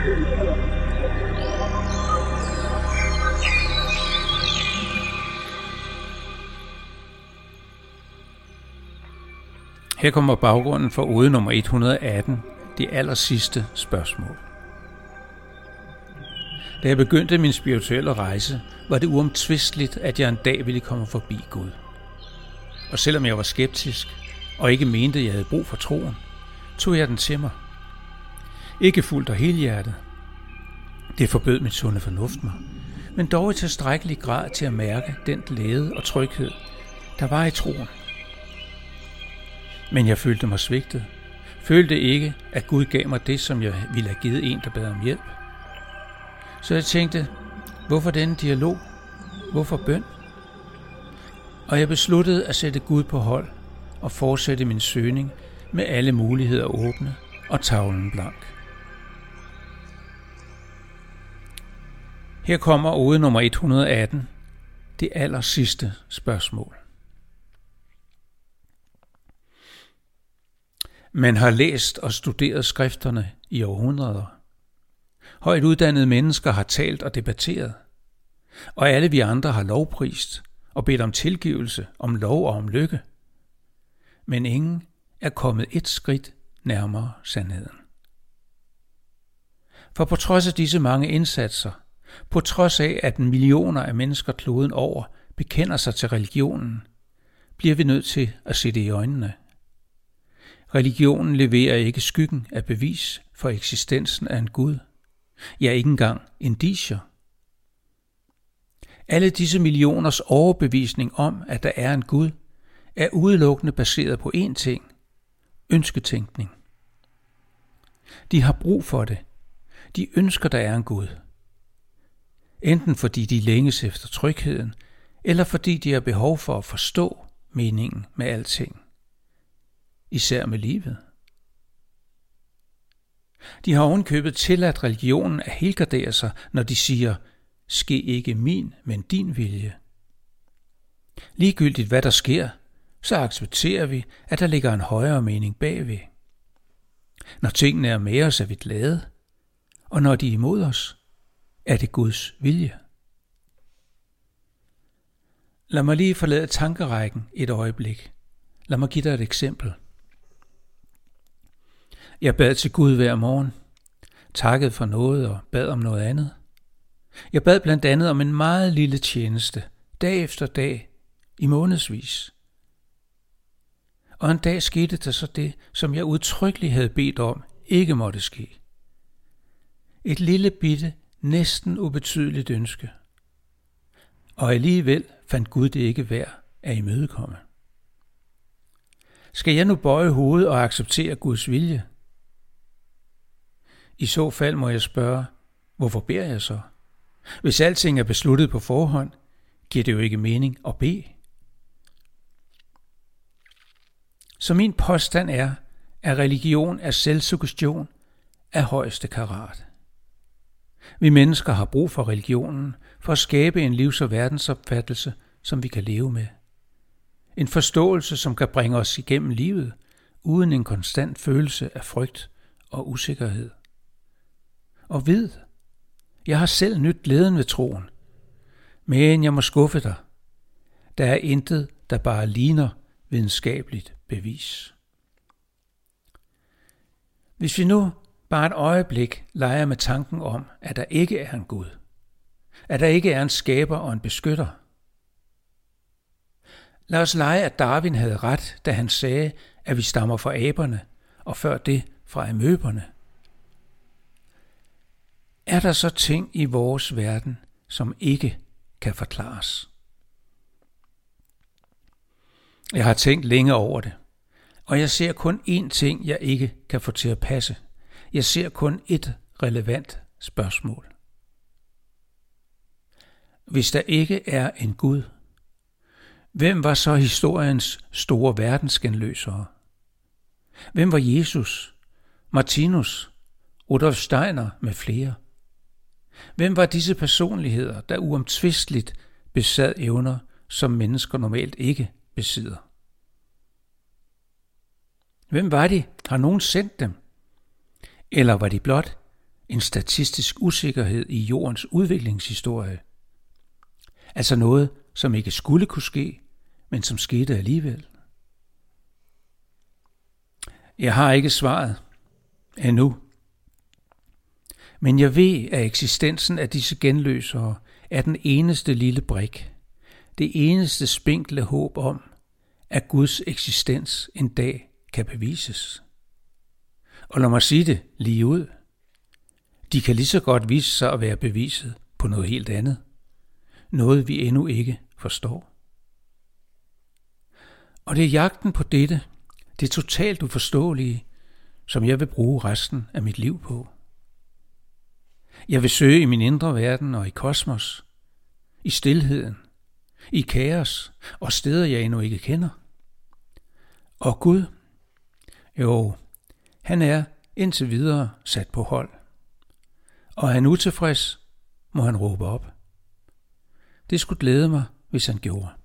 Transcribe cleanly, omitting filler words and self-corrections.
Her kommer baggrunden for ode nummer 118, det allersidste spørgsmål. Da jeg begyndte min spirituelle rejse, var det uomtvisteligt, at jeg en dag ville komme forbi Gud. Og selvom jeg var skeptisk og ikke mente, at jeg havde brug for troen, tog jeg den til mig. Ikke fuldt og helhjertet. Det forbød min sunde fornuft mig, men dog i tilstrækkelig grad til at mærke den glæde og tryghed, der var i troen. Men jeg følte mig svigtet. Følte ikke, at Gud gav mig det, som jeg ville have givet en, der bad om hjælp. Så jeg tænkte, hvorfor denne dialog? Hvorfor bøn? Og jeg besluttede at sætte Gud på hold og fortsætte min søgning med alle muligheder åbne og tavlen blank. Her kommer ode nummer 118, det allersidste spørgsmål. Man har læst og studeret skrifterne i århundreder. Højt uddannede mennesker har talt og debatteret, og alle vi andre har lovprist og bedt om tilgivelse, om lov og om lykke. Men ingen er kommet et skridt nærmere sandheden. For på trods af disse mange indsatser, på trods af at millioner af mennesker kloden over bekender sig til religionen, bliver vi nødt til at se det i øjnene. Religionen leverer ikke skyggen af bevis for eksistensen af en Gud. Ja, ikke engang indicier. Alle disse millioners overbevisning om, at der er en Gud, er udelukkende baseret på én ting: ønsketænkning. De har brug for det. De ønsker, der er en Gud. Enten fordi de længes efter trygheden, eller fordi de har behov for at forstå meningen med alting. Især med livet. De har ovenkøbet tilladt religionen at helgardere sig, når de siger, ske ikke min, men din vilje. Ligegyldigt hvad der sker, så accepterer vi, at der ligger en højere mening bagved. Når tingene er med os, er vi glade, og når de er imod os, er det Guds vilje. Lad mig lige forlade tankerækken et øjeblik. Lad mig give dig et eksempel. Jeg bad til Gud hver morgen, takkede for noget og bad om noget andet. Jeg bad blandt andet om en meget lille tjeneste, dag efter dag, i månedsvis. Og en dag skete der så det, som jeg udtrykkeligt havde bedt om, ikke måtte ske. Et lille bitte, næsten ubetydeligt ønske. Og alligevel fandt Gud det ikke værd at imødekomme. Skal jeg nu bøje hovedet og acceptere Guds vilje? I så fald må jeg spørge, hvorfor beder jeg så? Hvis alting er besluttet på forhånd, giver det jo ikke mening at bede. Så min påstand er, at religion er selvsuggestion af højeste karat. Vi mennesker har brug for religionen for at skabe en livs- og verdensopfattelse, som vi kan leve med. En forståelse, som kan bringe os igennem livet, uden en konstant følelse af frygt og usikkerhed. Og vid, jeg har selv nydt glæden ved troen, men jeg må skuffe dig. Der er intet, der bare ligner videnskabeligt bevis. Hvis vi nu bare et øjeblik leger med tanken om, at der ikke er en Gud, at der ikke er en skaber og en beskytter. Lad os lege, at Darwin havde ret, da han sagde, at vi stammer fra aberne, og før det fra amøberne. Er der så ting i vores verden, som ikke kan forklares? Jeg har tænkt længe over det, og jeg ser kun én ting, jeg ikke kan få til at passe. Jeg ser kun ét relevant spørgsmål. Hvis der ikke er en Gud, hvem var så historiens store verdensgenløsere? Hvem var Jesus, Martinus, Rudolf Steiner med flere? Hvem var disse personligheder, der uomtvisteligt besad evner, som mennesker normalt ikke besidder? Hvem var de? Har nogen sendt dem? Eller var de blot en statistisk usikkerhed i jordens udviklingshistorie. Altså noget, som ikke skulle kunne ske, men som skete alligevel. Jeg har ikke svaret endnu, men jeg ved, at eksistensen af disse genløsere er den eneste lille brik, det eneste spinkle håb om, at Guds eksistens en dag kan bevises. Og lad mig sige det lige ud. De kan lige så godt vise sig at være beviset på noget helt andet. Noget vi endnu ikke forstår. Og det er jagten på dette, det totalt uforståelige, som jeg vil bruge resten af mit liv på. Jeg vil søge i min indre verden og i kosmos, i stilheden, i kaos og steder, jeg endnu ikke kender. Og Gud, jo, han er indtil videre sat på hold. Og er han utilfreds, må han råbe op. Det skulle glæde mig, hvis han gjorde.